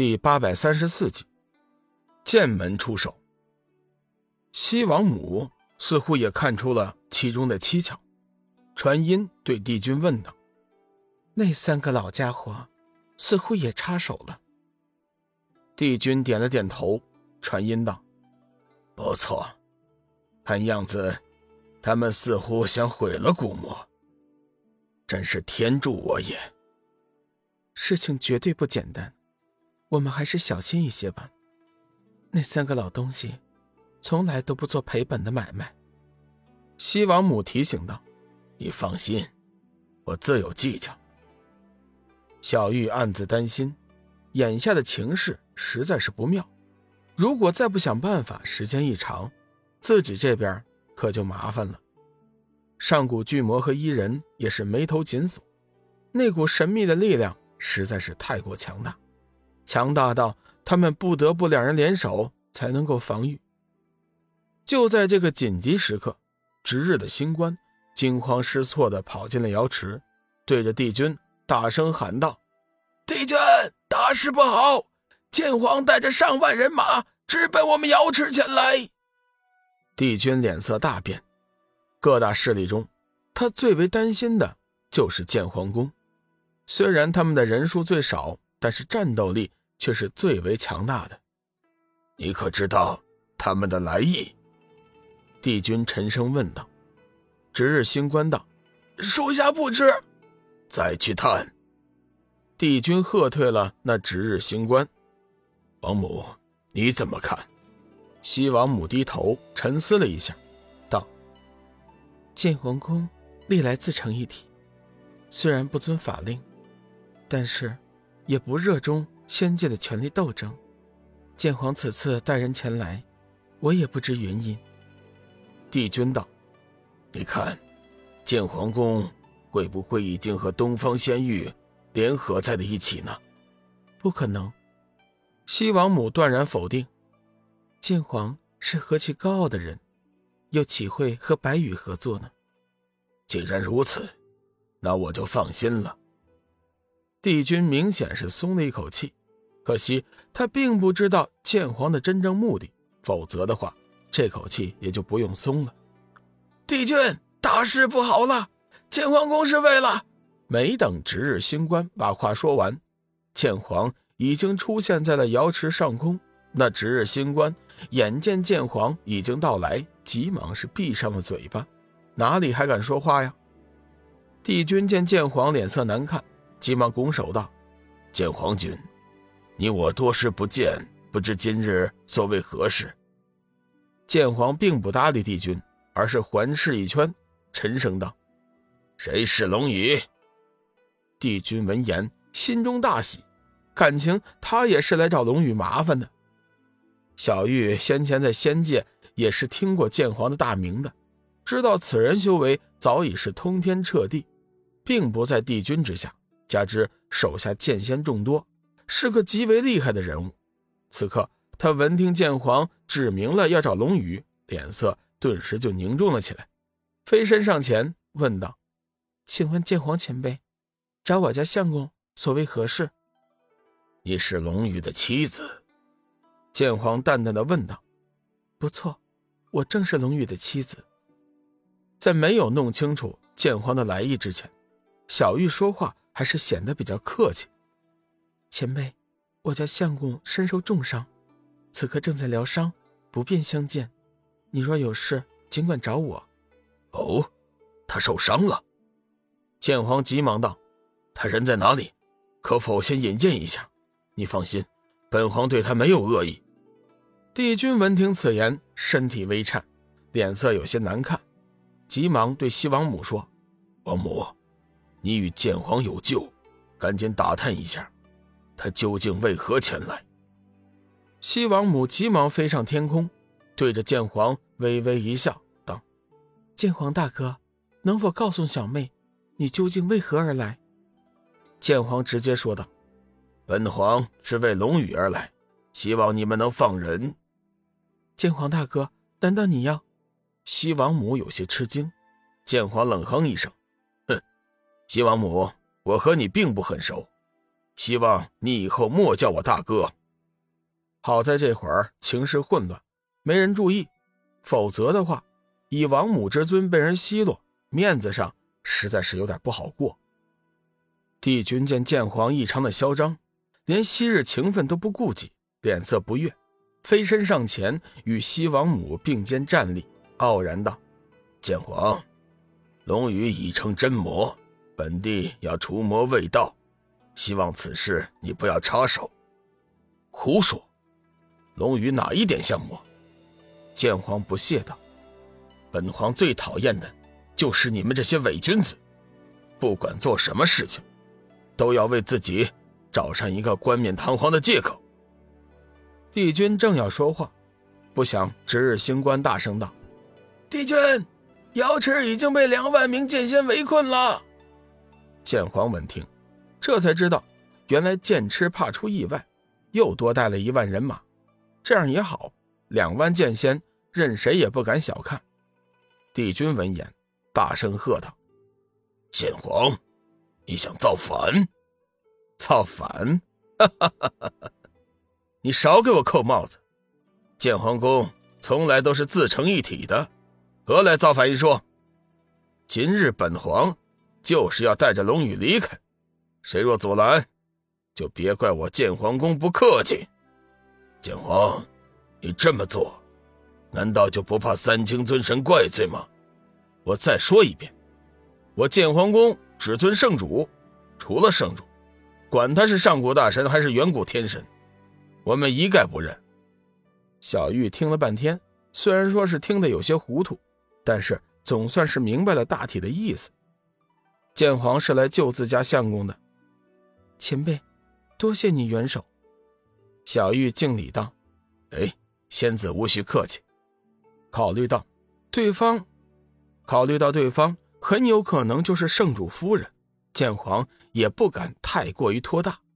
第834集，剑门出手。西王母似乎也看出了其中的蹊跷，传音对帝君问道： 那三个老家伙似乎也插手了。 帝君点了点头，传音道：不错，看样子他们似乎想毁了古墓，真是天助我也。 事情绝对不简单，我们还是小心一些吧。那三个老东西从来都不做赔本的买卖。 西王母提醒道：你放心，我自有计较。小玉暗自担心，眼下的情势实在是不妙，如果再不想办法，时间一长，自己这边可就麻烦了。上古巨魔和伊人也是眉头紧锁，那股神秘的力量实在是太过强大，强大到他们不得不两人联手才能够防御。就在这个紧急时刻，值日的星官惊慌失措地跑进了瑶池，对着帝君大声喊道：帝君，大事不好，剑皇带着上万人马直奔我们瑶池前来。帝君脸色大变，各大势力中他最为担心的就是剑皇宫，虽然他们的人数最少，但是战斗力却是最为强大的。你可知道他们的来意？帝君沉声问道。值日星官道：属下不知。再去探。帝君喝退了那值日星官。王母，你怎么看？西王母低头沉思了一下，道： 剑皇宫历来自成一体，虽然不遵法令，但是也不热衷仙界的权力斗争。剑皇此次带人前来，我也不知原因。 帝君道：你看，剑皇宫会不会已经和东方仙域联合在了一起呢？ 不可能。 西王母断然否定。 剑皇是何其高傲的人，又岂会和白羽合作呢？ 既然如此，那我就放心了。帝君明显是松了一口气，可惜他并不知道剑皇的真正目的，否则的话这口气也就不用松了。帝君，大事不好了，剑皇宫是为了……没等值日星官把话说完，剑皇已经出现在了瑶池上空。那值日星官眼见剑皇已经到来，急忙是闭上了嘴巴，哪里还敢说话呀？帝君见剑皇脸色难看，急忙拱手道：剑皇君，你我多时不见，不知今日所谓何事？剑皇并不搭理帝君，而是环视一圈，沉声道：谁是龙宇？帝君闻言心中大喜，感情他也是来找龙宇麻烦的。小玉先前在仙界也是听过剑皇的大名的，知道此人修为早已是通天彻地，并不在帝君之下，加之手下剑仙众多，是个极为厉害的人物。此刻他闻听剑皇指明了要找龙宇，脸色顿时就凝重了起来，飞身上前问道： 请问剑皇前辈，找我家相公所谓何事？ 你是龙宇的妻子？剑皇淡淡的问道。 不错，我正是龙宇的妻子。 在没有弄清楚剑皇的来意之前，小玉说话还是显得比较客气。 前辈，我家相公身受重伤，此刻正在疗伤，不便相见，你若有事尽管找我。 哦，他受伤了？剑皇急忙道：他人在哪里？可否先引荐一下？你放心，本皇对他没有恶意。帝君闻听此言，身体微颤，脸色有些难看，急忙对西王母说：王母，你与剑皇有救，赶紧打探一下他究竟为何前来。西王母急忙飞上天空，对着剑皇微微一笑道： 剑皇大哥，能否告诉小妹你究竟为何而来？ 剑皇直接说道：本皇是为龙宇而来，希望你们能放人。 剑皇大哥，难道你要…… 西王母有些吃惊。剑皇冷哼一声：哼，西王母，我和你并不很熟， 希望你以后莫叫我大哥。好在这会儿情势混乱，没人注意，否则的话，以王母之尊被人奚落，面子上实在是有点不好过。帝君见剑皇异常的嚣张，连昔日情分都不顾及，脸色不悦，飞身上前与西王母并肩站立，傲然道：剑皇，龙宇已成真魔，本帝要除魔卫道，希望此事你不要插手。胡说，龙宇哪一点像魔？剑皇不屑道：本皇最讨厌的就是你们这些伪君子，不管做什么事情都要为自己找上一个冠冕堂皇的借口。帝君正要说话，不想值日星官大声道：帝君，瑶池已经被2万名剑仙围困了。剑皇闻听，这才知道原来剑痴怕出意外，又多带了1万人马，这样也好，2万剑仙任谁也不敢小看。帝君闻言大声喝道：剑皇，你想造反？造反？你少给我扣帽子，剑皇宫从来都是自成一体的，何来造反一说？今日本皇就是要带着龙宇离开，谁若阻拦，就别怪我剑皇宫不客气。剑皇，你这么做难道就不怕三清尊神怪罪吗？我再说一遍，我剑皇宫只尊圣主，除了圣主，管他是上古大神还是远古天神，我们一概不认。小玉听了半天，虽然说是听得有些糊涂，但是总算是明白了大体的意思。剑皇是来救自家相公的，前辈多谢你援手。小玉敬礼道：仙子无需客气。考虑到对方很有可能就是圣主夫人，剑皇也不敢太过于托大。